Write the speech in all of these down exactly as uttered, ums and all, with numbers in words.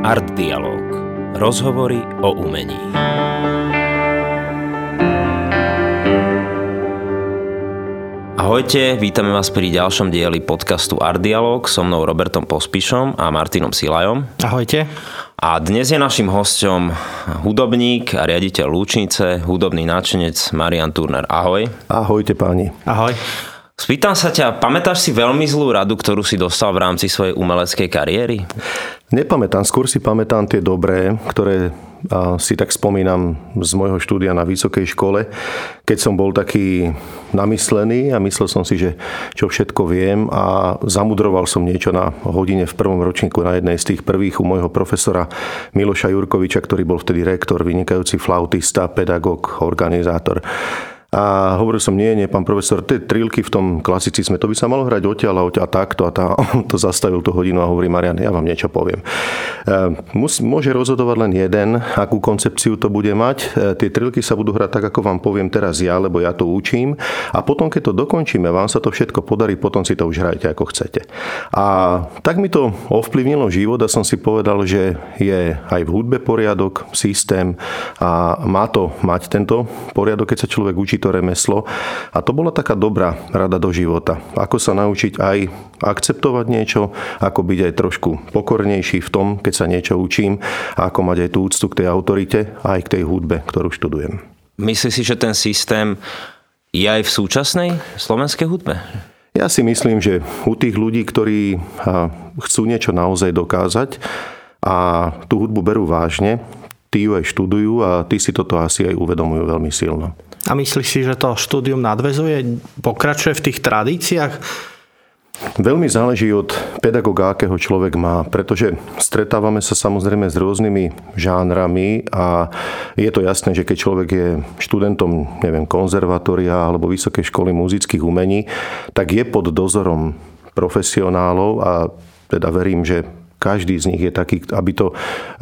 Art Dialóg. Rozhovory o umení. Ahojte, vítame vás pri ďalšom dieli podcastu Art Dialóg so mnou Robertom Pospišom a Martinom Silajom. Ahojte. A dnes je našim hosťom hudobník a riaditeľ Lúčnice, hudobný náčenec Marian Turner. Ahoj. Ahojte páni. Ahoj. Spýtam sa ťa, pamätáš si veľmi zlú radu, ktorú si dostal v rámci svojej umeleckej kariéry? Nepamätám, skôr si pamätám tie dobré, ktoré si tak spomínam z môjho štúdia na vysokej škole, keď som bol taký namyslený a myslel som si, že čo všetko viem a zamudroval som niečo na hodine v prvom ročníku na jednej z tých prvých u môjho profesora Miloša Jurkoviča, ktorý bol vtedy rektor, vynikajúci flautista, pedagóg, organizátor. A hovoril som, nie, nie, pán profesor, tie trilky v tom klasicizme, to by sa malo hrať odtiaľ a odtiaľ a takto a tá, on to zastavil tú hodinu a hovorí, Marian, ja vám niečo poviem. Mus, môže rozhodovať len jeden, akú koncepciu to bude mať. Tie trilky sa budú hrať tak, ako vám poviem teraz ja, lebo ja to učím. A potom, keď to dokončíme, vám sa to všetko podarí, potom si to už hrajte, ako chcete. A tak mi to ovplyvnilo život a som si povedal, že je aj v hudbe poriadok, systém a má to mať tento poriadok, keď sa človek učí to remeslo. A to bola taká dobrá rada do života. Ako sa naučiť aj akceptovať niečo, ako byť aj trošku pokornejší v tom, keď sa niečo učím a ako mať aj tú úctu k tej autorite a aj k tej hudbe, ktorú študujem. Myslíš si, že ten systém je aj v súčasnej slovenskej hudbe? Ja si myslím, že u tých ľudí, ktorí chcú niečo naozaj dokázať a tú hudbu berú vážne, tí ju aj študujú a tí si toto asi aj uvedomujú veľmi silno. A myslíš si, že to štúdium nadväzuje, pokračuje v tých tradíciách? Veľmi záleží od pedagóga, akého človek má, pretože stretávame sa samozrejme s rôznymi žánrami a je to jasné, že keď človek je študentom, neviem, konzervatória alebo vysokej školy muzických umení, tak je pod dozorom profesionálov a teda verím, že každý z nich je taký, aby to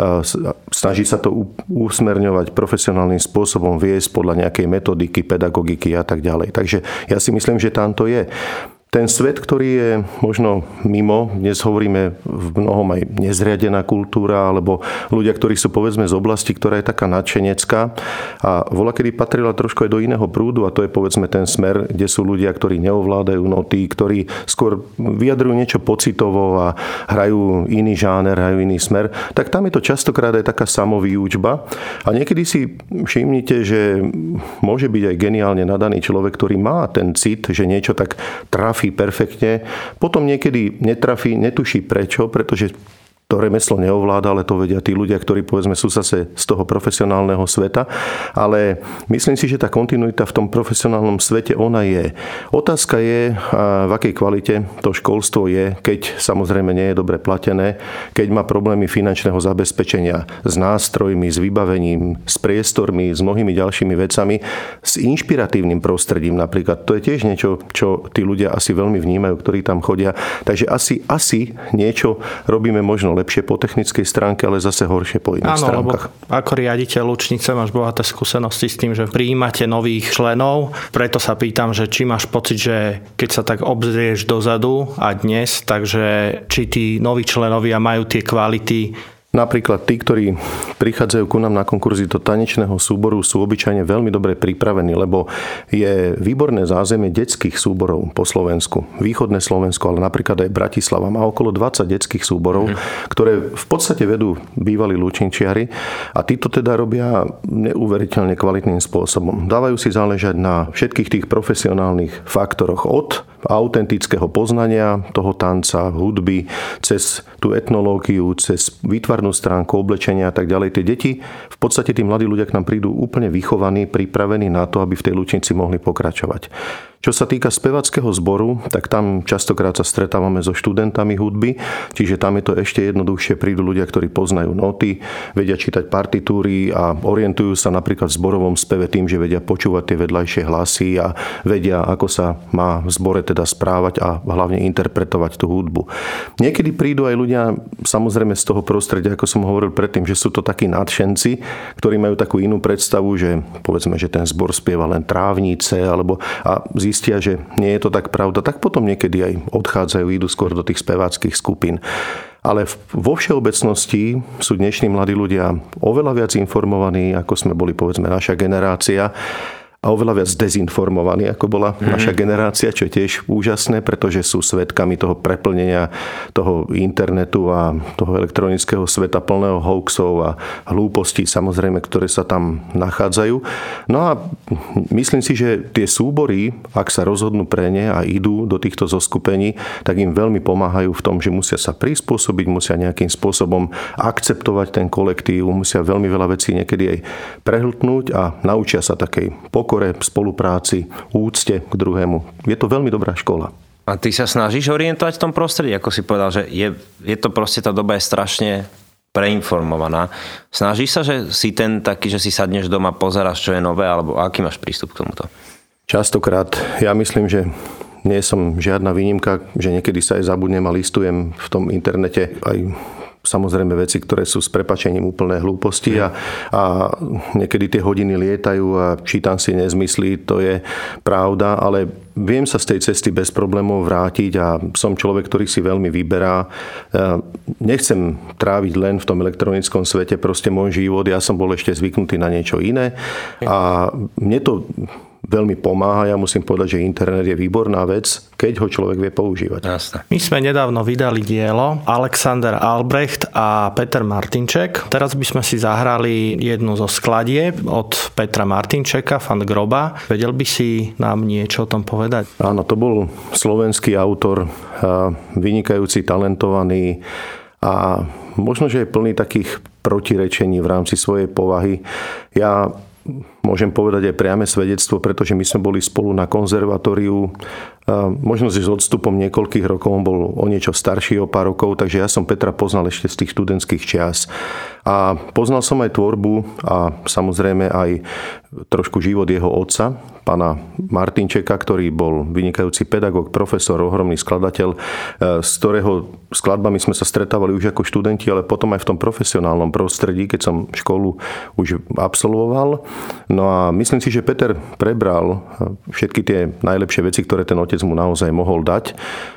snaží sa to usmerňovať profesionálnym spôsobom, viesť podľa nejakej metodiky, pedagogiky a tak ďalej. Takže ja si myslím, že tam to je. Ten svet, ktorý je možno mimo, dnes hovoríme v mnohom aj nezriadená kultúra, alebo ľudia, ktorí sú povedzme z oblasti, ktorá je taká nadšenecká a voľakedy patrila trošku aj do iného prúdu a to je povedzme ten smer, kde sú ľudia, ktorí neovládajú noty, ktorí skôr vyjadrujú niečo pocitovo a hrajú iný žáner, hrajú iný smer, tak tam je to častokrát aj taká samovýučba a niekedy si všimnite, že môže byť aj geniálne nadaný človek, ktorý má ten cit, že niečo tak trafí perfektne, potom niekedy netrafí, netuší prečo, pretože to remeslo neovláda, ale to vedia tí ľudia, ktorí povedzme sú zase z toho profesionálneho sveta. Ale myslím si, že tá kontinuita v tom profesionálnom svete ona je. Otázka je, v akej kvalite to školstvo je, keď samozrejme nie je dobre platené, keď má problémy finančného zabezpečenia s nástrojmi, s vybavením, s priestormi, s mnohými ďalšími vecami, s inšpiratívnym prostredím napríklad. To je tiež niečo, čo tí ľudia asi veľmi vnímajú, ktorí tam chodia. Takže asi, asi niečo robíme možno lepšie po technickej stránke, ale zase horšie po iných Áno, stránkach. Lebo ako riaditeľ Lúčnice máš bohaté skúsenosti s tým, že prijímate nových členov. Preto sa pýtam, že či máš pocit, že keď sa tak obzrieš dozadu a dnes, takže či tí noví členovia majú tie kvality. Napríklad tí, ktorí prichádzajú ku nám na konkurzy do tanečného súboru, sú obyčajne veľmi dobre pripravení, lebo je výborné zázemie detských súborov po Slovensku. Východné Slovensko, ale napríklad aj Bratislava má okolo dvadsať detských súborov, mm. ktoré v podstate vedú bývalí lúčničiari a títo teda robia neuveriteľne kvalitným spôsobom. Dávajú si záležať na všetkých tých profesionálnych faktoroch od autentického poznania toho tanca, hudby, cez tú etnológiu, cez výtvarnú stránku, oblečenia a tak ďalej. Tie deti, v podstate tí mladí ľudia k nám prídu úplne vychovaní, pripravení na to, aby v tej Lúčnici mohli pokračovať. Čo sa týka spevackého zboru, tak tam častokrát sa stretávame so študentami hudby, čiže tam je to ešte jednoduchšie, prídu ľudia, ktorí poznajú noty, vedia čítať partitúry a orientujú sa napríklad v zborovom speve tým, že vedia počúvať tie vedľajšie hlasy a vedia, ako sa má v zbore teda správať a hlavne interpretovať tú hudbu. Niekedy prídu aj ľudia, samozrejme z toho prostredia, ako som hovoril predtým, že sú to takí nadšenci, ktorí majú takú inú predstavu, že povedzme, že ten zbor spieva len trávnice, alebo a z zistia, že nie je to tak pravda, tak potom niekedy aj odchádzajú, idú skôr do tých speváckých skupín. Ale vo všeobecnosti sú dnešní mladí ľudia oveľa viac informovaní, ako sme boli, povedzme, naša generácia. A oveľa viac dezinformovaní, ako bola mm. naša generácia, čo je tiež úžasné, pretože sú svedkami toho preplnenia toho internetu a toho elektronického sveta plného hoaxov a hlúpostí, samozrejme, ktoré sa tam nachádzajú. No a myslím si, že tie súbory, ak sa rozhodnú pre ne a idú do týchto zoskupení, tak im veľmi pomáhajú v tom, že musia sa prispôsobiť, musia nejakým spôsobom akceptovať ten kolektív, musia veľmi veľa vecí niekedy aj prehltnúť a naučia sa takej pokore, spolupráci, úcte k druhému. Je to veľmi dobrá škola. A ty sa snažíš orientovať v tom prostredí? Ako si povedal, že je, je to proste, tá doba je strašne preinformovaná. Snažíš sa, že si ten taký, že si sadneš doma, pozeráš, čo je nové, alebo aký máš prístup k tomuto? Častokrát. Ja myslím, že nie som žiadna výnimka, že niekedy sa aj zabudnem a listujem v tom internete aj samozrejme veci, ktoré sú s prepáčením úplné hlúposti a, a niekedy tie hodiny lietajú a čítam si nezmysly, to je pravda, ale viem sa z tej cesty bez problémov vrátiť a som človek, ktorý si veľmi vyberá. Nechcem tráviť len v tom elektronickom svete proste môj život, ja som bol ešte zvyknutý na niečo iné a mne to veľmi pomáha. Ja musím povedať, že internet je výborná vec, keď ho človek vie používať. Jasne. My sme nedávno vydali dielo Alexander Albrecht a Peter Martinček. Teraz by sme si zahrali jednu zo skladieb od Petra Martinčeka, Fan Groba. Vedel by si nám niečo o tom povedať? Áno, to bol slovenský autor, vynikajúci, talentovaný a možno, že je plný takých protirečení v rámci svojej povahy. Ja môžem povedať aj priame svedectvo, pretože my sme boli spolu na konzervatóriu. Možno si s odstupom niekoľkých rokov, on bol o niečo starší, o pár rokov, takže ja som Petra poznal ešte z tých študentských čias. A poznal som aj tvorbu a samozrejme aj trošku život jeho otca, pána Martinčeka, ktorý bol vynikajúci pedagóg, profesor, ohromný skladateľ, z ktorého skladbami sme sa stretávali už ako študenti, ale potom aj v tom profesionálnom prostredí, keď som školu už absolvoval. No a myslím si, že Peter prebral všetky tie najlepšie veci, ktoré ten otec mu naozaj mohol dať.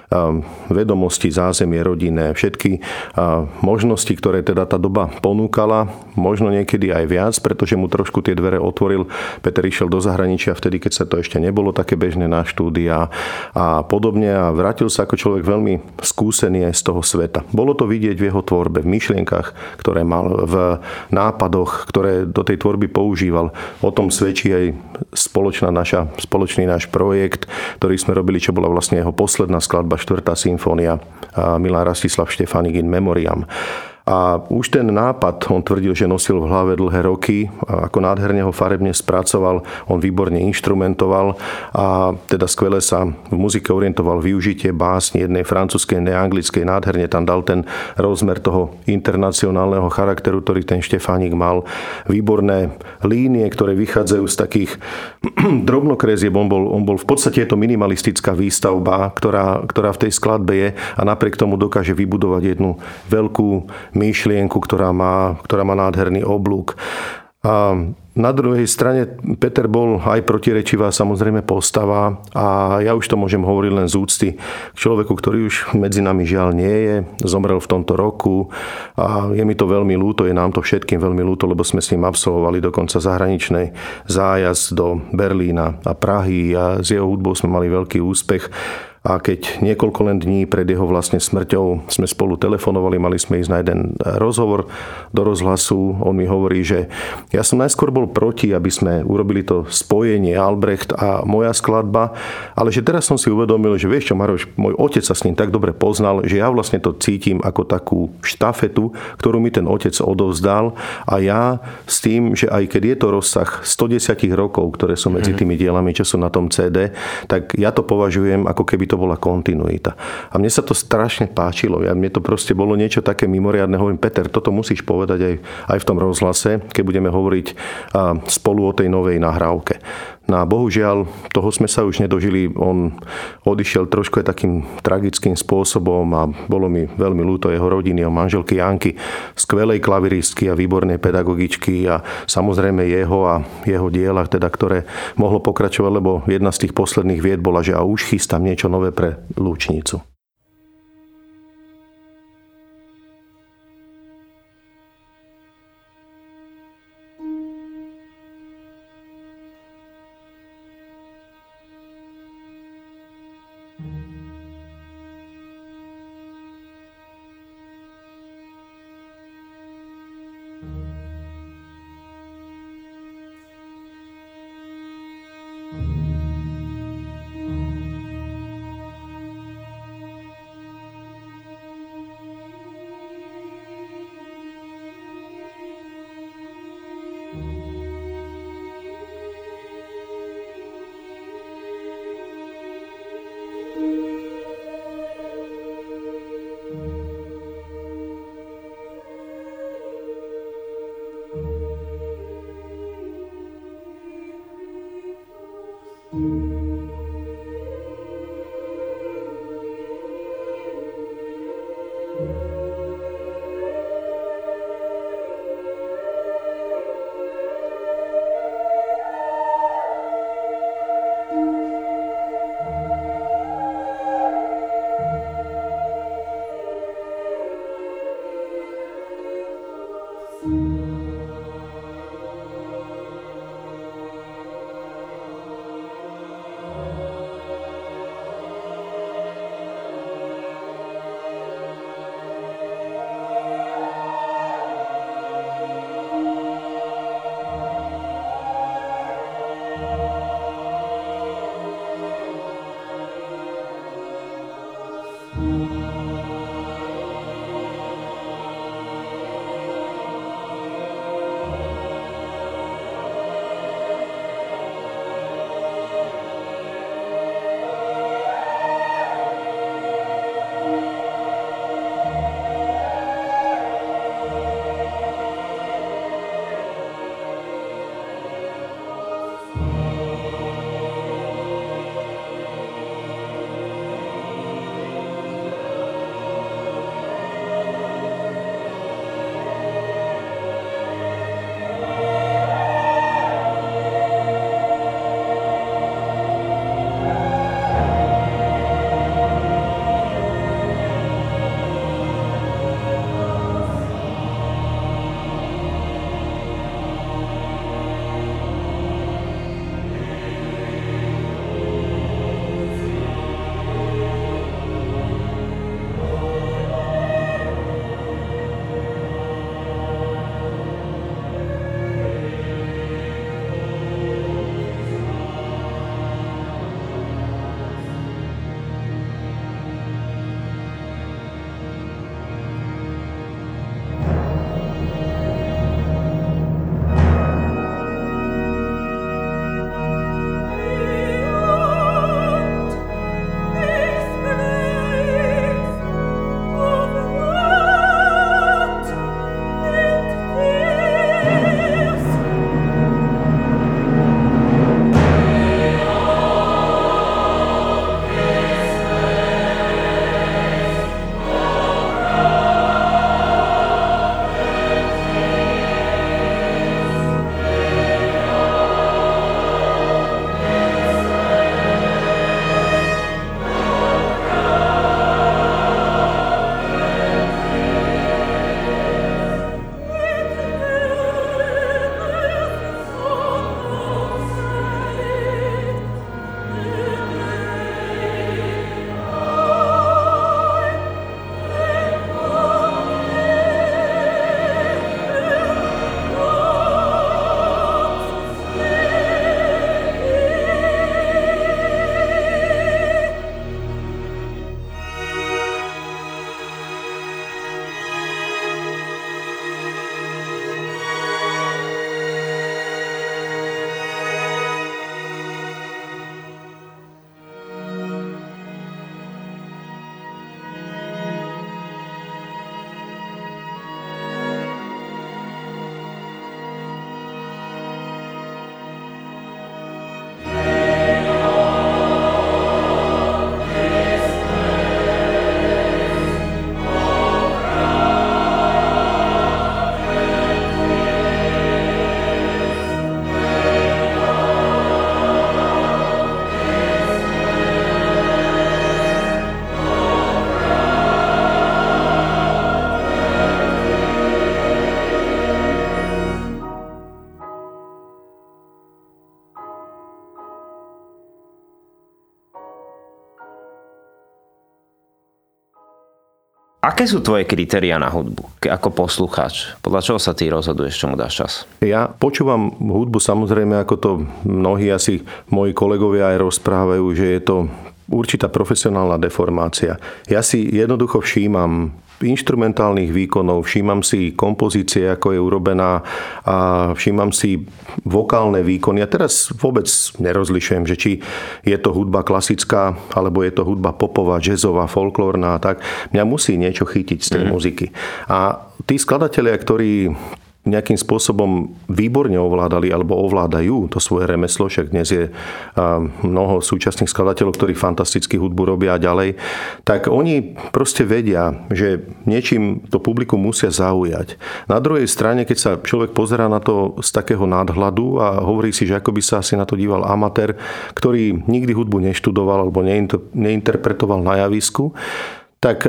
Vedomosti, zázemie rodinné, všetky možnosti, ktoré teda tá doba ponúkala, možno niekedy aj viac, pretože mu trošku tie dvere otvoril. Peter išiel do zahraničia vtedy, keď sa to ešte nebolo také bežné na štúdia a podobne a vrátil sa ako človek veľmi skúsený aj z toho sveta. Bolo to vidieť v jeho tvorbe, v myšlienkach, ktoré mal, v nápadoch, ktoré do tej tvorby používal. O tom svedčí aj spoločná naša, spoločný náš projekt, ktorý sme robili, čo bola vlastne jeho posledná skladba, štvrtá symfónia, Milan Rastislav Štefánik in memoriam. A už ten nápad, on tvrdil, že nosil v hlave dlhé roky, ako nádherne ho farebne spracoval, on výborne inštrumentoval a teda skvele sa v muzike orientoval využitie básni jednej francúzskej, neanglickej, nádherne tam dal ten rozmer toho internacionálneho charakteru, ktorý ten Štefánik mal. Výborné línie, ktoré vychádzajú z takých drobnokrézieb, on bol, on bol v podstate je to minimalistická výstavba, ktorá, ktorá v tej skladbe je a napriek tomu dokáže vybudovať jednu veľkú myšlienku, ktorá má, ktorá má nádherný oblúk. A na druhej strane Peter bol aj protirečivá samozrejme postava a ja už to môžem hovoriť len z úcty k človeku, ktorý už medzi nami žiaľ nie je, zomrel v tomto roku a je mi to veľmi ľúto, je nám to všetkým veľmi ľúto, lebo sme s ním absolvovali dokonca zahraničný zájazd do Berlína a Prahy a s jeho hudbou sme mali veľký úspech. A keď niekoľko len dní pred jeho vlastne smrťou sme spolu telefonovali, mali sme ísť na jeden rozhovor do rozhlasu, on mi hovorí, že ja som najskôr bol proti, aby sme urobili to spojenie Albrecht a moja skladba, ale že teraz som si uvedomil, že vieš čo, Maroš, môj otec sa s ním tak dobre poznal, že ja vlastne to cítim ako takú štafetu, ktorú mi ten otec odovzdal a ja s tým, že aj keď je to rozsah stodesať rokov, ktoré sú medzi tými dielami, čo sú na tom cé dé, tak ja to považujem ako keby to bola kontinuita. A mne sa to strašne páčilo. Ja, mne to proste bolo niečo také mimoriadne. Hovorím, Peter, toto musíš povedať aj, aj v tom rozhlase, keď budeme hovoriť a, spolu o tej novej nahrávke. No a bohužiaľ, toho sme sa už nedožili. On odišiel trošku aj takým tragickým spôsobom a bolo mi veľmi ľúto jeho rodiny a manželky Janky, skvelej klaviristky a výbornej pedagogičky a samozrejme jeho a jeho diela, teda, ktoré mohlo pokračovať, lebo jedna z tých posledných vied bola, že a už chystám niečo nové pre Lúčnicu. Aké sú tvoje kritériá na hudbu ako poslucháč? Podľa čoho sa ty rozhoduješ, čomu dáš čas? Ja počúvam hudbu samozrejme, ako to mnohí asi moji kolegovia aj rozprávajú, že je to určitá profesionálna deformácia. Ja si jednoducho všímam inštrumentálnych výkonov, všímam si kompozície, ako je urobená a všímam si vokálne výkony. Ja teraz vôbec nerozlišujem, že či je to hudba klasická, alebo je to hudba popová, jazzová, folklórna a tak. Mňa musí niečo chytiť z tej mm. muziky. A tí skladatelia, ktorí nejakým spôsobom výborne ovládali alebo ovládajú to svoje remeslo, však dnes je mnoho súčasných skladateľov, ktorí fantasticky hudbu robia a ďalej, tak oni proste vedia, že niečím to publikum musia zaujať. Na druhej strane, keď sa človek pozerá na to z takého nadhľadu a hovorí si, že ako by sa asi na to díval amatér, ktorý nikdy hudbu neštudoval alebo neinterpretoval na javisku, tak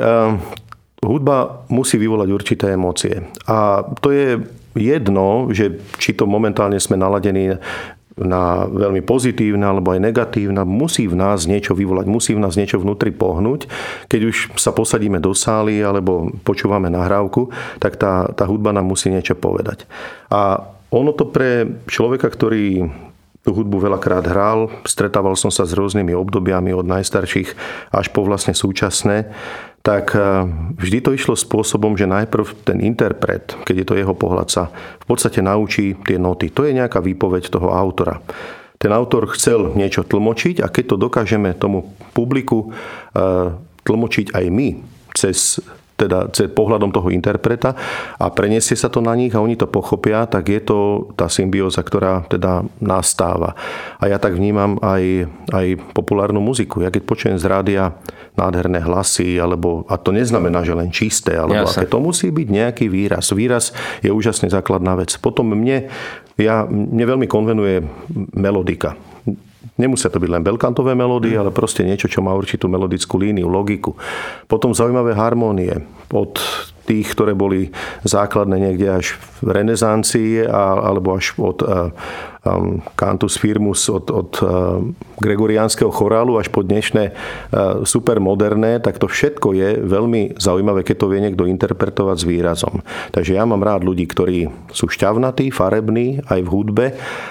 hudba musí vyvolať určité emócie. A to je jedno, že či to momentálne sme naladení na veľmi pozitívne alebo aj negatívne, musí v nás niečo vyvolať, musí v nás niečo vnútri pohnúť. Keď už sa posadíme do sály alebo počúvame nahrávku, tak tá, tá hudba nám musí niečo povedať. A ono to pre človeka, ktorý tú hudbu veľakrát hral, stretával som sa s rôznymi obdobiami od najstarších až po vlastne súčasné, tak vždy to išlo spôsobom, že najprv ten interpret, keď je to jeho pohľad, sa v podstate naučí tie noty. To je nejaká výpoveď toho autora. Ten autor chcel niečo tlmočiť a keď to dokážeme tomu publiku tlmočiť aj my cez teda cez pohľadom toho interpreta a preniesie sa to na nich a oni to pochopia, tak je to tá symbióza, ktorá teda nastáva. A ja tak vnímam aj, aj populárnu muziku. Ja keď počujem z rádia nádherné hlasy, alebo, a to neznamená, že len čisté, alebo aké, to musí byť nejaký výraz. Výraz je úžasne základná vec. Potom mne, ja, mne veľmi konvenuje melodika. Nemusia to byť len belkantové melódie, ale proste niečo, čo má určitú melodickú líniu, logiku. Potom zaujímavé harmónie od tých, ktoré boli základné niekde až v renesancii alebo až od um, Cantus Firmus, od, od uh, gregoriánskeho chorálu až po dnešné uh, supermoderné, tak to všetko je veľmi zaujímavé, keď to vie niekto interpretovať s výrazom. Takže ja mám rád ľudí, ktorí sú šťavnatí, farební aj v hudbe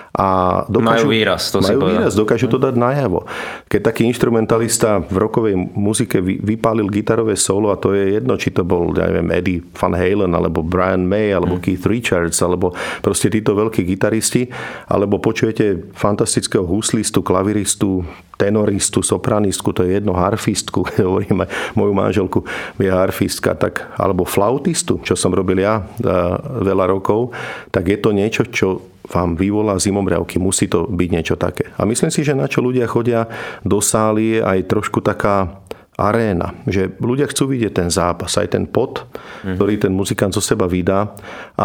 a dokážu, majú výraz, to majú výraz, dokážu to dať najavo. Keď taký instrumentalista v rockovej muzike vypálil gitarové solo, a to je jedno, či to bol, ja neviem, Eddie Van Halen, alebo Brian May, alebo mm. Keith Richards, alebo proste títo veľkí gitaristi, alebo počujete fantastického huslistu, klaviristu, tenoristu, sopranistku, to je jedno, harfistku, keď hovoríme moju manželku, je harfistka, tak, alebo flautistu, čo som robil ja veľa rokov, tak je to niečo, čo vám vyvolá zimomriavky. Musí to byť niečo také. A myslím si, že na čo ľudia chodia do sály, je aj trošku taká aréna, že ľudia chcú vidieť ten zápas, aj ten pot, mm. ktorý ten muzikant zo seba vydá a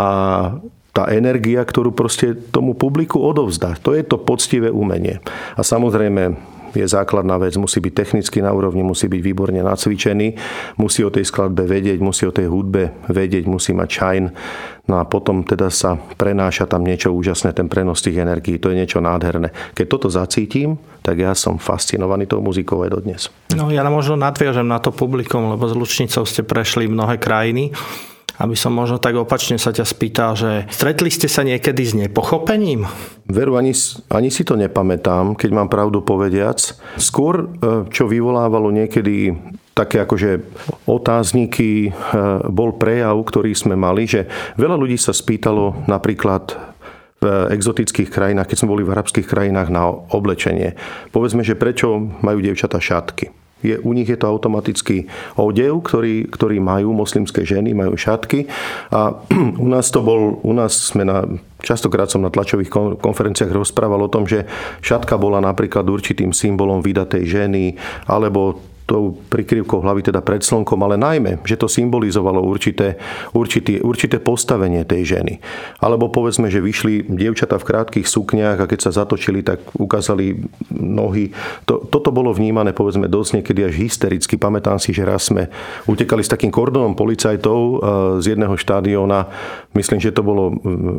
tá energia, ktorú proste tomu publiku odovzdá. To je to poctivé umenie. A samozrejme je základná vec, musí byť technicky na úrovni, musí byť výborne nacvičený, musí o tej skladbe vedieť, musí o tej hudbe vedieť, musí mať šajn. No a potom teda sa prenáša tam niečo úžasné, ten prenos tých energií. To je niečo nádherné. Keď toto zacítim, tak ja som fascinovaný tou muzikou aj dodnes. No ja možno nadviažem na to publikum, lebo s Lučnicou ste prešli mnohé krajiny. Aby som možno tak opačne sa ťa spýtal, že stretli ste sa niekedy s nepochopením? Veru, ani, ani si to nepamätám, keď mám pravdu povediac. Skôr, čo vyvolávalo niekedy také akože otázniky, bol prejav, ktorý sme mali, že veľa ľudí sa spýtalo napríklad v exotických krajinách, keď sme boli v arabských krajinách, na oblečenie. Povedzme, že prečo majú dievčatá šatky. Je, u nich je to automatický odev, ktorý, ktorý majú moslimské ženy, majú šatky. A u nás to bol, u nás sme na, častokrát som na tlačových konferenciách rozprával o tom, že šatka bola napríklad určitým symbolom vydatej ženy, alebo tou prikryvkou hlavy, teda pred slnkom, ale najmä, že to symbolizovalo určité, určité, určité postavenie tej ženy. Alebo povedzme, že vyšli dievčatá v krátkych sukniach a keď sa zatočili, tak ukázali nohy. To, toto bolo vnímané, povedzme, dosť niekedy až hystericky. Pamätám si, že raz sme utekali s takým kordonom policajtov z jedného štádiona. Myslím, že to bolo,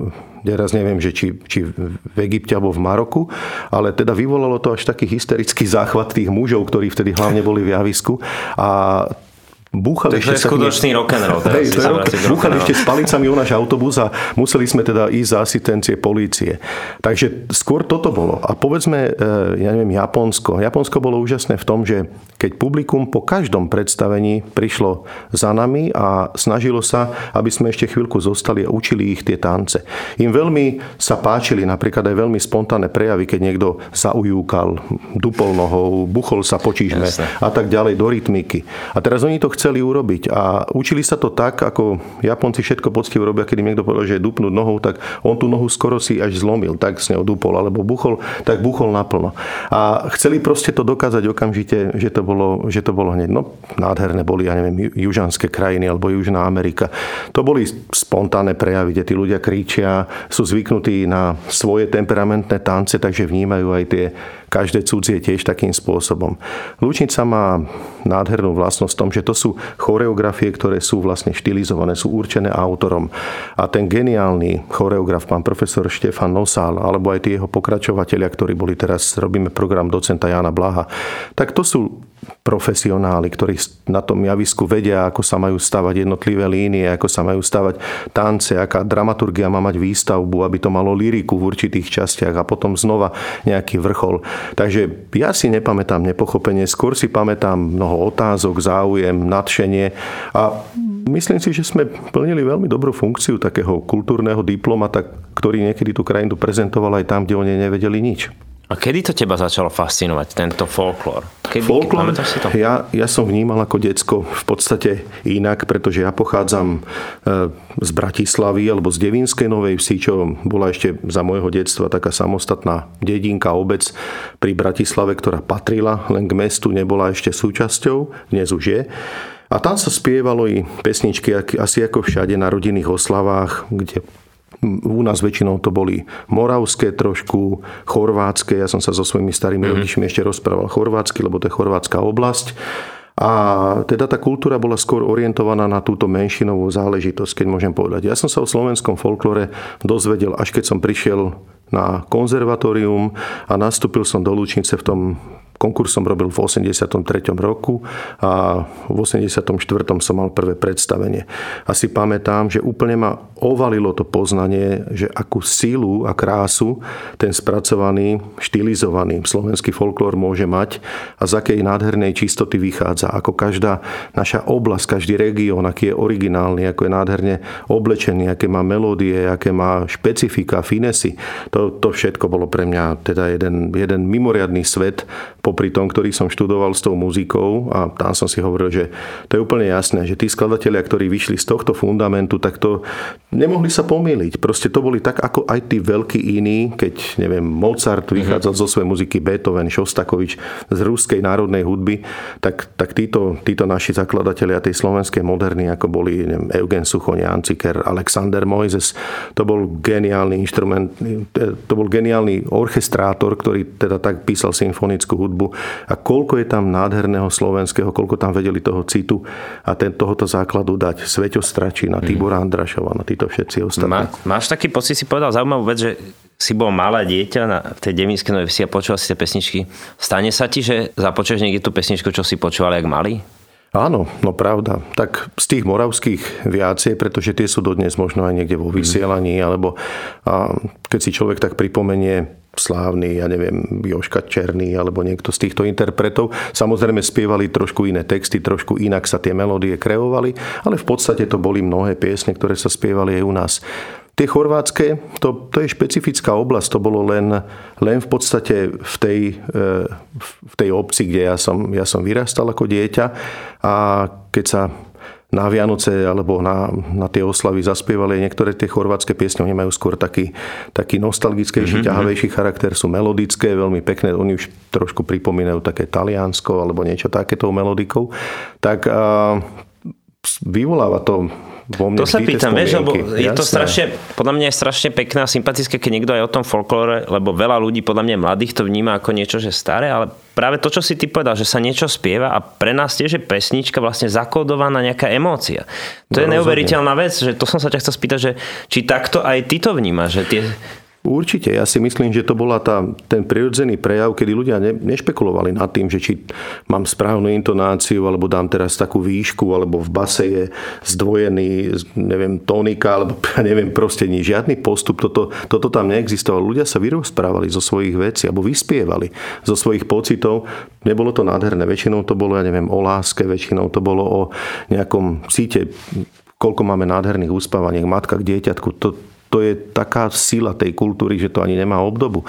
ja raz neviem, že či, či v Egypte alebo v Maroku, ale teda vyvolalo to až taký hysterický záchvat tých mužov, ktorí vtedy hlavne boli v javisku. A Búchali to je skutočný rock'n'roll. Hej, to je rock, búchali ešte s palicami o náš autobus a museli sme teda ísť za asistencie polície. Takže skôr toto bolo. A povedzme, ja neviem, Japonsko. Japonsko bolo úžasné v tom, že keď publikum po každom predstavení prišlo za nami a snažilo sa, aby sme ešte chvíľku zostali a učili ich tie tance. Im veľmi sa páčili napríklad aj veľmi spontánne prejavy, keď niekto zaujúkal, dupol nohou, buchol sa po čížme a tak ďalej do rytmiky. A teraz oni to chceli urobiť a učili sa to tak, ako Japonci všetko poctivo robia, keď im niekto povedal, že je dupnúť nohou, tak on tú nohu skoro si až zlomil, tak s ňou dupol, alebo buchol, tak buchol naplno. A chceli proste to dokázať okamžite, že to bolo, že to bolo hneď. No, nádherné boli, ja neviem, južanské krajiny alebo Južná Amerika. To boli spontánne prejavy, kde tí ľudia kričia, sú zvyknutí na svoje temperamentné tance, takže vnímajú aj tie každé cudzie tiež takým spôsobom. Lúčnica má nádhernú vlastnosť v tom, že to sú choreografie, ktoré sú vlastne štilizované, sú určené autorom. A ten geniálny choreograf, pán profesor Štefan Nosál, alebo aj tí jeho pokračovatelia, ktorí boli teraz, robíme program docenta Jána Blaha, tak to sú profesionáli, ktorí na tom javisku vedia, ako sa majú stavať jednotlivé línie, ako sa majú stavať tance, aká dramaturgia má mať výstavbu, aby to malo lyriku v určitých častiach a potom znova nejaký vrchol. Takže ja si nepamätám nepochopenie, skôr si pamätám mnoho otázok, záujem, nadšenie a myslím si, že sme plnili veľmi dobrú funkciu takého kultúrneho diplomata, ktorý niekedy tú krajinu prezentoval aj tam, kde oni nevedeli nič. A kedy to teba začalo fascinovať, tento folklór? Kedy, folklór, ja, ja som vnímal ako decko v podstate inak, pretože ja pochádzam z Bratislavy alebo z Devínskej Novej Vsi, čo bola ešte za môjho detstva taká samostatná dedinka, obec pri Bratislave, ktorá patrila len k mestu, nebola ešte súčasťou, dnes už je. A tam sa spievalo i pesničky asi ako všade na rodinných oslavách, kde u nás väčšinou to boli moravské trošku, chorvátske. Ja som sa so svojimi starými mm-hmm. rodičmi ešte rozprával chorvátsky, lebo to je chorvátska oblasť. A teda tá kultúra bola skôr orientovaná na túto menšinovú záležitosť, keď môžem povedať. Ja som sa o slovenskom folklore dozvedel, až keď som prišiel na konzervatórium a nastúpil som do Lučnice v tom konkurs som robil v osemdesiatom treťom roku a v osemdesiatom štvrtom som mal prvé predstavenie. A si pamätám, že úplne ma ovalilo to poznanie, že akú sílu a krásu ten spracovaný, štilizovaný slovenský folklór môže mať a z akej nádhernej čistoty vychádza. Ako každá naša oblasť, každý región, aký je originálny, ako je nádherne oblečený, aké má melódie, aké má špecifika, finesy. To, to všetko bolo pre mňa teda jeden, jeden mimoriadny svet, popri tom, ktorý som študoval s tou muzikou a tam som si hovoril, že to je úplne jasné, že tí skladatelia, ktorí vyšli z tohto fundamentu, tak to nemohli sa pomýliť. Proste to boli tak, ako aj tí veľkí iní, keď, neviem, Mozart vychádzal mm-hmm. zo svojej muziky, Beethoven, Šostakovič z ruskej národnej hudby, tak, tak títo, títo naši zakladatelia tej slovenskej moderny, ako boli neviem, Eugen Suchoň, Jan Ciker, Alexander Mojzes, to bol geniálny inštrument, to bol geniálny orchestrátor, ktorý teda tak písal symfonickú hudbu. A koľko je tam nádherného slovenského, koľko tam vedeli toho citu a ten, tohoto základu dať. Sveťo Stračina, Tibor Andrašova, no títo všetci ostatní. Má, máš taký pocit, si povedal zaujímavú vec, že si bol malé dieťa na, v tej Devínskej Novej Vsi a počúval si tie pesničky. Stane sa ti, že započuješ niekde tú pesničku, čo si počúval jak malý? Áno, no pravda. Tak z tých moravských viacej, pretože tie sú dodnes možno aj niekde vo vysielaní, alebo a keď si človek tak pripomenie slávny, ja neviem, Jožka Černý alebo niekto z týchto interpretov. Samozrejme spievali trošku iné texty, trošku inak sa tie melódie kreovali, ale v podstate to boli mnohé piesne, ktoré sa spievali aj u nás. Tie chorvátske, to, to je špecifická oblasť, to bolo len, len v podstate v tej, v tej obci, kde ja som, ja som vyrastal ako dieťa a keď sa na Vianoce alebo na, na tie oslavy zaspievali niektoré tie chorvátske piesne, oni majú skôr taký, taký nostalgickejší, mm-hmm. ťahavejší charakter, sú melodické, veľmi pekné, oni už trošku pripomínajú také Taliansko alebo niečo takéto melodikou, tak a, vyvoláva to vo mne. To sa pýtam, vieš, lebo je to strašne, podľa mňa je strašne pekné a sympatické, keď niekto aj o tom folklóre, lebo veľa ľudí, podľa mňa mladých, to vníma ako niečo, že staré, ale práve to, čo si ty povedal, že sa niečo spieva a pre nás tiež je pesnička vlastne zakódovaná nejaká emócia. To no, je neuveriteľná vec, že to som sa ťa chcel spýtať, že či takto aj ty to vnímaš, že tie... Určite, ja si myslím, že to bola tá, ten prirodzený prejav, kedy ľudia ne, nešpekulovali nad tým, že či mám správnu intonáciu, alebo dám teraz takú výšku, alebo v base je zdvojený, neviem, tónika, alebo ja neviem, proste ni žiadny postup, toto, toto tam neexistovalo. Ľudia sa vyrozprávali zo svojich vecí, alebo vyspievali zo svojich pocitov. Nebolo to nádherné, väčšinou to bolo, ja neviem, o láske, väčšinou to bolo o nejakom cíte, koľko máme nádherných uspávaniek, matka k dieťatku, to To je taká sila tej kultúry, že to ani nemá obdobu.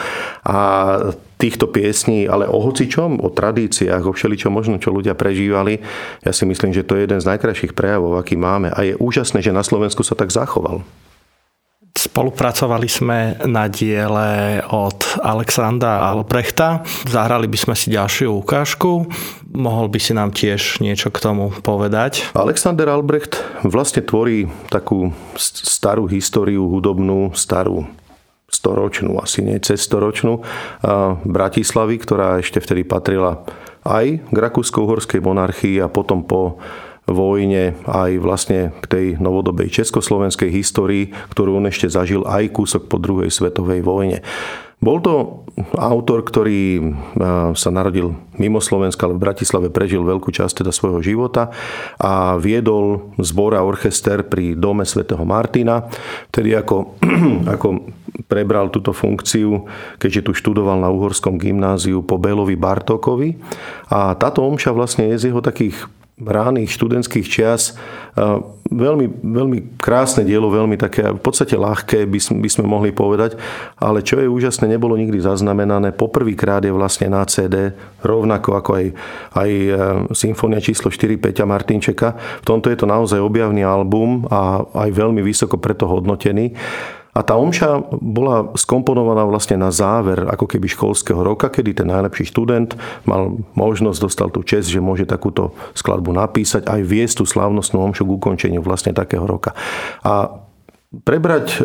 A týchto piesní, ale o hocičom, o tradíciách, o všeličom možno, čo ľudia prežívali, ja si myslím, že to je jeden z najkrajších prejavov, aký máme. A je úžasné, že na Slovensku sa tak zachoval. Spolupracovali sme na diele od Alexandra Albrechta. Zahrali by sme si ďalšiu ukážku. Mohol by si nám tiež niečo k tomu povedať? Alexander Albrecht vlastne tvorí takú starú históriu hudobnú, starú storočnú, asi nie cez storočnú, Bratislavy, ktorá ešte vtedy patrila aj k Rakúsko-Uhorskej monarchii a potom po vojne aj vlastne k tej novodobej československej histórii, ktorú on ešte zažil aj kúsok po druhej svetovej vojne. Bol to autor, ktorý sa narodil mimo Slovenska, ale v Bratislave prežil veľkú časť teda svojho života a viedol zbor a orchester pri dome svätého Martina, vtedy ako, ako prebral túto funkciu, keďže tu študoval na Uhorskom gymnáziu po Bélovi Bartókovi. A táto omša vlastne je z jeho takých ránych študentských čias veľmi, veľmi krásne dielo, veľmi také v podstate ľahké by sme, by sme mohli povedať, ale čo je úžasné, nebolo nikdy zaznamenané. Poprvýkrát je vlastne na cé dé, rovnako ako aj, aj Symfónia číslo štyri Peťa Martinčeka. V tomto je to naozaj objavný album a aj veľmi vysoko preto hodnotený. A tá omša bola skomponovaná vlastne na záver ako keby školského roka, kedy ten najlepší študent mal možnosť, dostal tú česť, že môže takúto skladbu napísať, aj viesť tú slávnostnú omšu k ukončeniu vlastne takého roka. A prebrať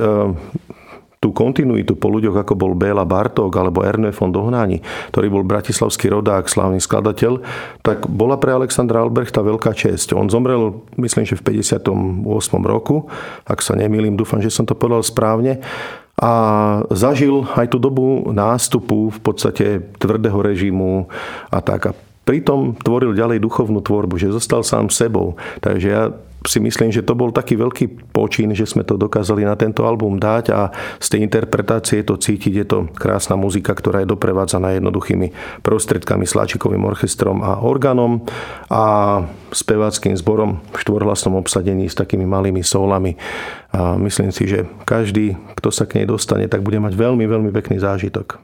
tú kontinuitu po ľuďoch, ako bol Béla Bartók alebo Ernő von Dohnányi, ktorý bol bratislavský rodák, slávny skladateľ, tak bola pre Alexandra Albrechta veľká česť. On zomrel, myslím, že v päťdesiatom ôsmom roku, ak sa nemýlim, dúfam, že som to povedal správne, a zažil aj tú dobu nástupu v podstate tvrdého režimu a tak. A pritom tvoril ďalej duchovnú tvorbu, že zostal sám sebou. Takže ja si myslím, že to bol taký veľký počin, že sme to dokázali na tento album dať a z tej interpretácie je to cítiť, je to krásna muzika, ktorá je doprevádzaná jednoduchými prostriedkami, sláčikovým orchestrom a orgánom a speváckým zborom v štvorhlasnom obsadení s takými malými solami. A myslím si, že každý, kto sa k nej dostane, tak bude mať veľmi, veľmi pekný zážitok.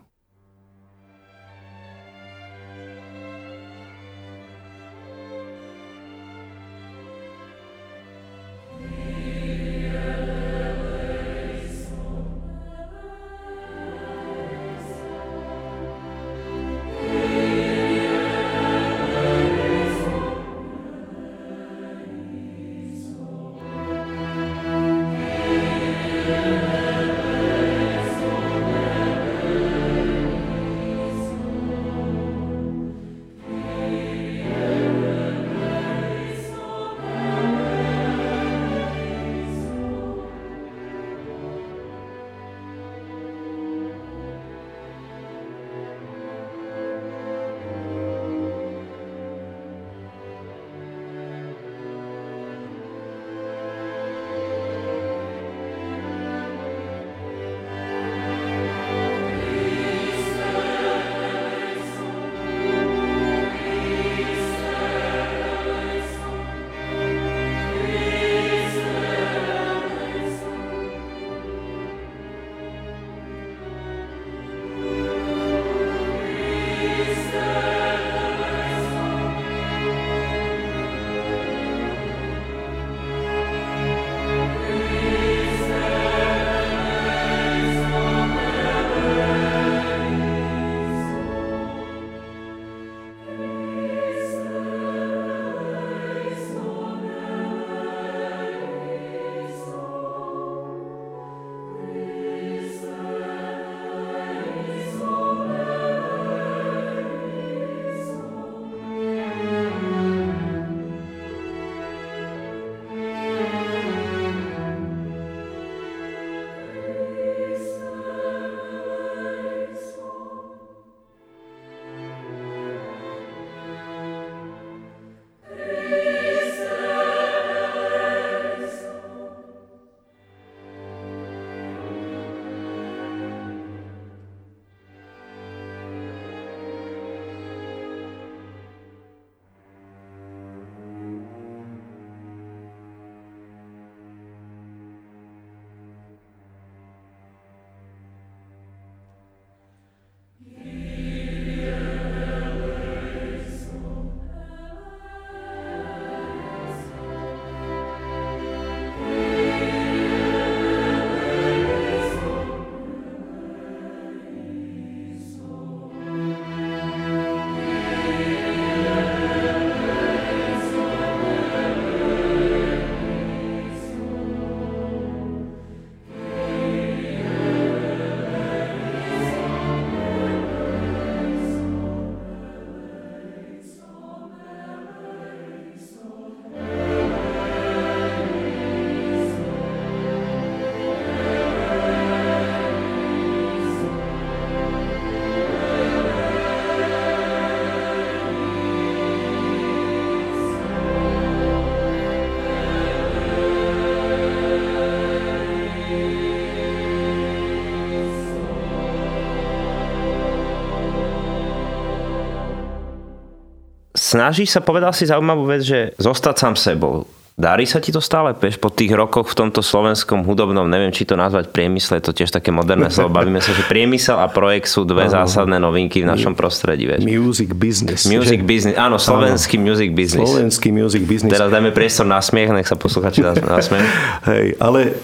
snažíš sa, povedal si zaujímavú vec, že zostať sám sebou. Darí sa ti to stále, vieš, po tých rokoch v tomto slovenskom hudobnom, neviem, či to nazvať priemysle, je to tiež také moderné slovo, bavíme sa, že priemysel a projekt sú dve áno. zásadné novinky v našom prostredí, vieš. Music business. Music že? business, áno, slovenský áno. music business. Slovenský music business. Teraz dajme priestor na smiech, nech sa posluchači nasmiejú. Hej, ale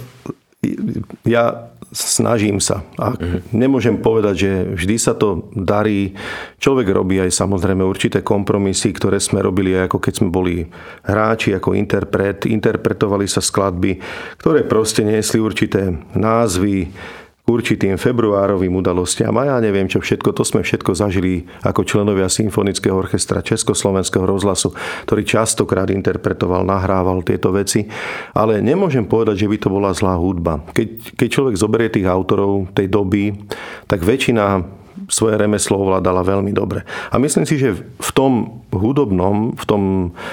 ja snažím sa. A uh-huh. nemôžem povedať, že vždy sa to darí. Človek robí aj samozrejme určité kompromisy, ktoré sme robili aj ako keď sme boli hráči, ako interpret. Interpretovali sa skladby, ktoré proste niesli určité názvy k určitým februárovým udalostiam a ja neviem čo všetko, to sme všetko zažili ako členovia Symfonického orchestra Československého rozhlasu, ktorý častokrát interpretoval, nahrával tieto veci, ale nemôžem povedať, že by to bola zlá hudba. Keď, keď človek zoberie tých autorov tej doby, tak väčšina svoje remeslo ovládala veľmi dobre. A myslím si, že v tom hudobnom, v tom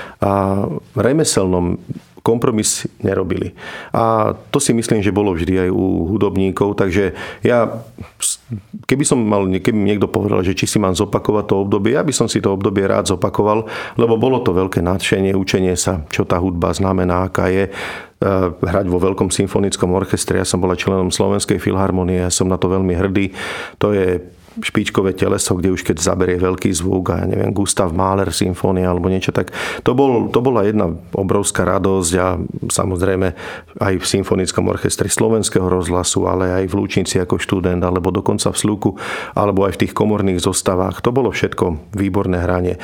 a, remeselnom kompromis nerobili. A to si myslím, že bolo vždy aj u hudobníkov, takže ja, keby som mal, keby mi niekto povedal, že či si mám zopakovať to obdobie, ja by som si to obdobie rád zopakoval, lebo bolo to veľké nadšenie, učenie sa, čo tá hudba znamená, aká je, hrať vo veľkom symfonickom orchestre. Ja som bola členom Slovenskej filharmonie, ja som na to veľmi hrdý. To je špičkové teleso, kde už keď zaberie veľký zvuk a ja neviem, Gustav Mahler symfónia alebo niečo, tak to, bol, to bola jedna obrovská radosť a samozrejme aj v symfonickom orchestri Slovenského rozhlasu, ale aj v Lučnici ako študent, alebo dokonca v Sluku, alebo aj v tých komorných zostavách. To bolo všetko výborné hranie.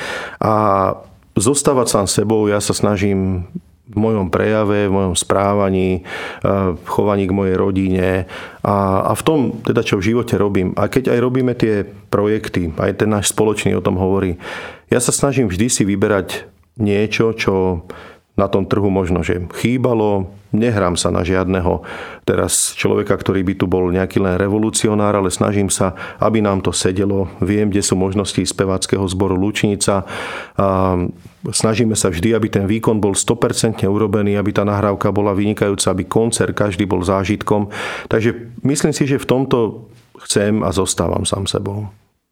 A zostávať sám sebou, ja sa snažím v mojom prejave, v mojom správaní, v chovaní k mojej rodine a, a v tom, teda čo v živote robím. A keď aj robíme tie projekty, aj ten náš spoločný o tom hovorí, ja sa snažím vždy si vyberať niečo, čo na tom trhu možno, že chýbalo. Nehrám sa na žiadneho teraz človeka, ktorý by tu bol nejaký len revolucionár, ale snažím sa, aby nám to sedelo. Viem, kde sú možnosti speváckeho zboru Lučnica. A snažíme sa vždy, aby ten výkon bol sto percent urobený, aby tá nahrávka bola vynikajúca, aby koncert každý bol zážitkom. Takže myslím si, že v tomto chcem a zostávam sám sebou.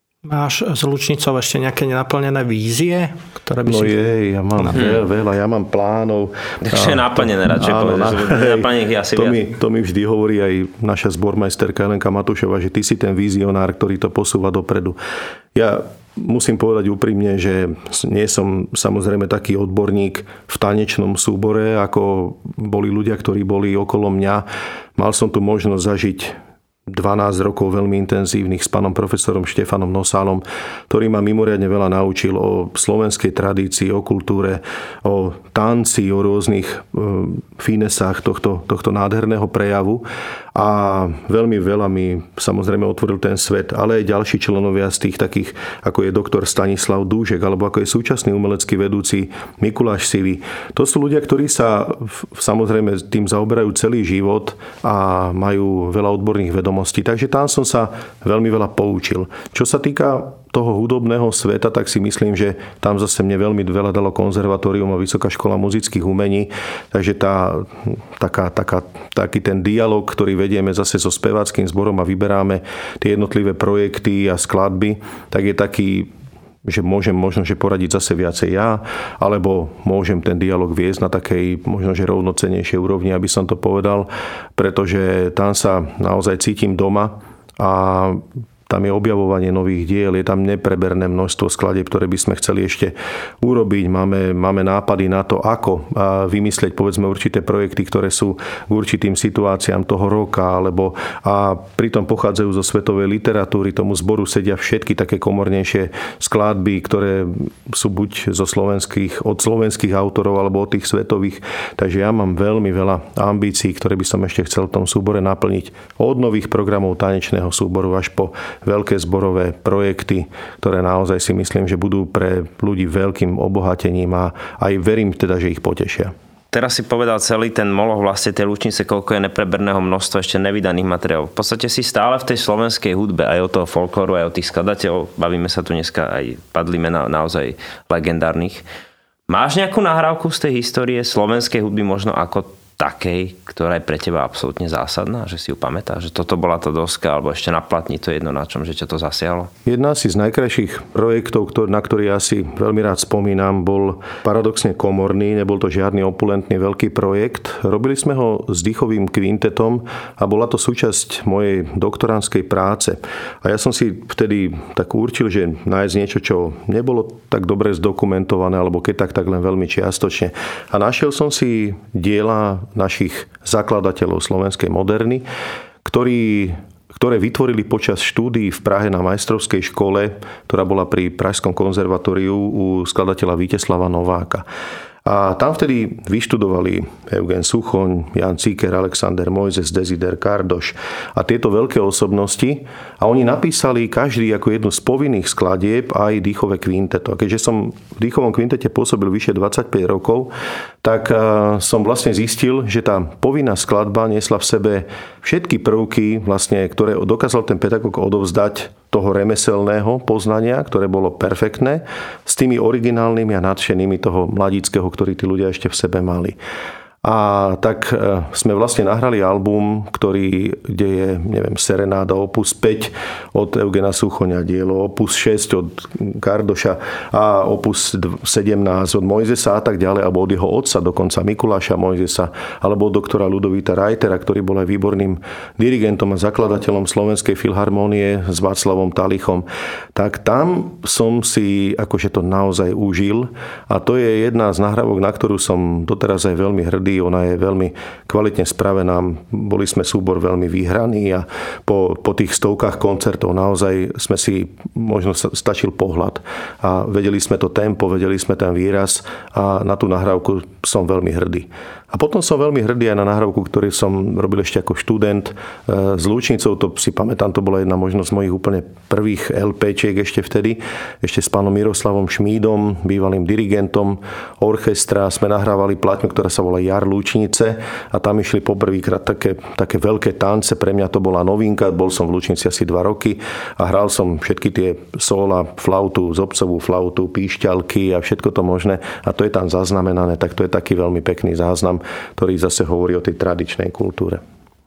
Máš s Lučnicou ešte nejaké nenaplnené vízie? Ktoré by no si... je, ja mám hmm. veľa, ja mám plánov. Takže je naplnené radšej povedať. Naplnených je asi to viac. Mi, to mi vždy hovorí aj naša zbormajsterka Jelenka Matušová, že ty si ten vizionár, ktorý to posúva dopredu. Ja musím povedať úprimne, že nie som samozrejme taký odborník v tanečnom súbore, ako boli ľudia, ktorí boli okolo mňa. Mal som tu možnosť zažiť dvanásť rokov veľmi intenzívnych s pánom profesorom Štefanom Nosálom, ktorý ma mimoriadne veľa naučil o slovenskej tradícii, o kultúre, o tanci, o rôznych finesách tohto, tohto nádherného prejavu. A veľmi veľa mi samozrejme otvoril ten svet, ale aj ďalší členovia z tých takých, ako je doktor Stanislav Dúžek, alebo ako je súčasný umelecký vedúci Mikuláš Sivý. To sú ľudia, ktorí sa samozrejme tým zaoberajú celý život a majú veľa odborných vedomostí. Takže tam som sa veľmi veľa poučil. Čo sa týka toho hudobného sveta, tak si myslím, že tam zase mne veľmi veľa dalo konzervatórium a Vysoká škola muzických umení. Takže tá, taká, taká, taký ten dialog, ktorý vedieme zase so speváckym zborom a vyberáme tie jednotlivé projekty a skladby, tak je taký, že môžem možno, že poradiť zase viacej ja, alebo môžem ten dialog viesť na takej možno, že rovnocenejšej úrovni, aby som to povedal, pretože tam sa naozaj cítim doma a tam je objavovanie nových diel, je tam nepreberné množstvo skladieb, ktoré by sme chceli ešte urobiť. Máme, máme nápady na to, ako vymyslieť povedzme určité projekty, ktoré sú k určitým situáciám toho roka, alebo a pritom pochádzajú zo svetovej literatúry. Tomu zboru sedia všetky také komornejšie skladby, ktoré sú buď zo slovenských, od slovenských autorov, alebo od tých svetových. Takže ja mám veľmi veľa ambícií, ktoré by som ešte chcel v tom súbore naplniť. Od nových programov tanečného súboru až po veľké zborové projekty, ktoré naozaj si myslím, že budú pre ľudí veľkým obohatením a aj verím teda, že ich potešia. Teraz si povedal celý ten moloch vlastne tej Lučnice, koľko je nepreberného množstva ešte nevydaných materiálov. V podstate si stále v tej slovenskej hudbe, aj o toho folklóru, aj o tých skladateľov, bavíme sa tu dneska, aj padli mená naozaj legendárnych. Máš nejakú nahrávku z tej histórie slovenskej hudby možno ako takej, ktorá je pre teba absolútne zásadná, že si ju pamätáš, že toto bola tá doska, alebo ešte na platni, to je jedno na čom, že ťa to zasiahlo? Jedna z najkrajších projektov, na ktorý ja si veľmi rád spomínam, bol paradoxne komorný, nebol to žiadny opulentný veľký projekt. Robili sme ho s dýchovým kvintetom a bola to súčasť mojej doktorandskej práce. A ja som si vtedy tak určil, že nájsť niečo, čo nebolo tak dobre zdokumentované, alebo keď tak, tak len veľmi čiastočne. A našiel som si diela našich zakladateľov slovenskej moderny, ktorí, ktoré vytvorili počas štúdií v Prahe na majstrovskej škole, ktorá bola pri Pražskom konzervatóriu u skladateľa Víteslava Nováka. A tam vtedy vyštudovali Eugen Suchoň, Jan Cíker, Alexander Mojzes, Desider Kardoš a tieto veľké osobnosti. A oni napísali každý ako jednu z povinných skladieb aj dýchové kvinteto. A keďže som v dýchovom kvintete pôsobil vyše dvadsaťpäť rokov, tak som vlastne zistil, že tá povinná skladba niesla v sebe všetky prvky, vlastne, ktoré dokázal ten pedagóg odovzdať toho remeselného poznania, ktoré bolo perfektné, s tými originálnymi a nadšenými toho mladíckeho, ktorý tí ľudia ešte v sebe mali. A tak sme vlastne nahrali album, ktorý, kde je, neviem, Serenáda opus päť od Eugena Suchoňa, dielo opus šesť od Kardoša a opus sedemnásť od Mojzesa a tak ďalej, alebo od jeho otca, dokonca Mikuláša Mojzesa, alebo od doktora Ľudovíta Reitera, ktorý bol aj výborným dirigentom a zakladateľom Slovenskej filharmónie s Václavom Talichom. Tak tam som si akože to naozaj užil a to je jedna z nahrávok, na ktorú som doteraz aj veľmi hrdý. Ona je veľmi kvalitne spravená. Boli sme súbor veľmi vyhraní a po, po tých stovkách koncertov naozaj sme si možno stačil pohľad a vedeli sme to tempo, vedeli sme ten výraz a na tú nahrávku som veľmi hrdý. A potom som veľmi hrdý aj na nahrávku, ktorý som robil ešte ako študent s Lúčnicou. To si pamätám, to bola jedna možnosť mojich úplne prvých LPčiek ešte vtedy. Ešte s pánom Miroslavom Šmídom, bývalým dirigentom orchestra. Sme nahrávali platňu, ktorá sa volá Jar Lúčnice a tam išli poprvýkrát také, také veľké tance. Pre mňa to bola novinka. Bol som v Lúčnici asi dva roky a hral som všetky tie sóla, flautu, zobcovú flautu, píšťalky a všetko to možné. A to je tam zaznamenané, tak to je taký veľmi pekný záznam, ktorý zase hovorí o tej tradičnej kultúre.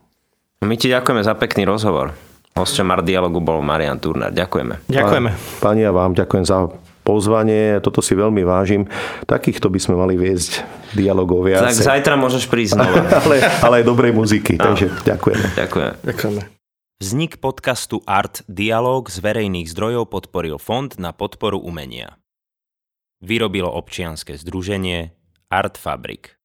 My ti ďakujeme za pekný rozhovor. Hosťom Art Dialogu bol Marián Turner. Ďakujeme. Ďakujeme. Pani, a vám ďakujem za pozvanie. Toto si veľmi vážim. Takýchto by sme mali viesť dialogov viacej. Tak zajtra môžeš prísť znova. ale, ale aj dobrej muziky. Takže ďakujeme. Ďakujeme. Ďakujeme. Vznik podcastu Art Dialog z verejných zdrojov podporil Fond na podporu umenia. Vyrobilo občianske združenie Art Fabrik.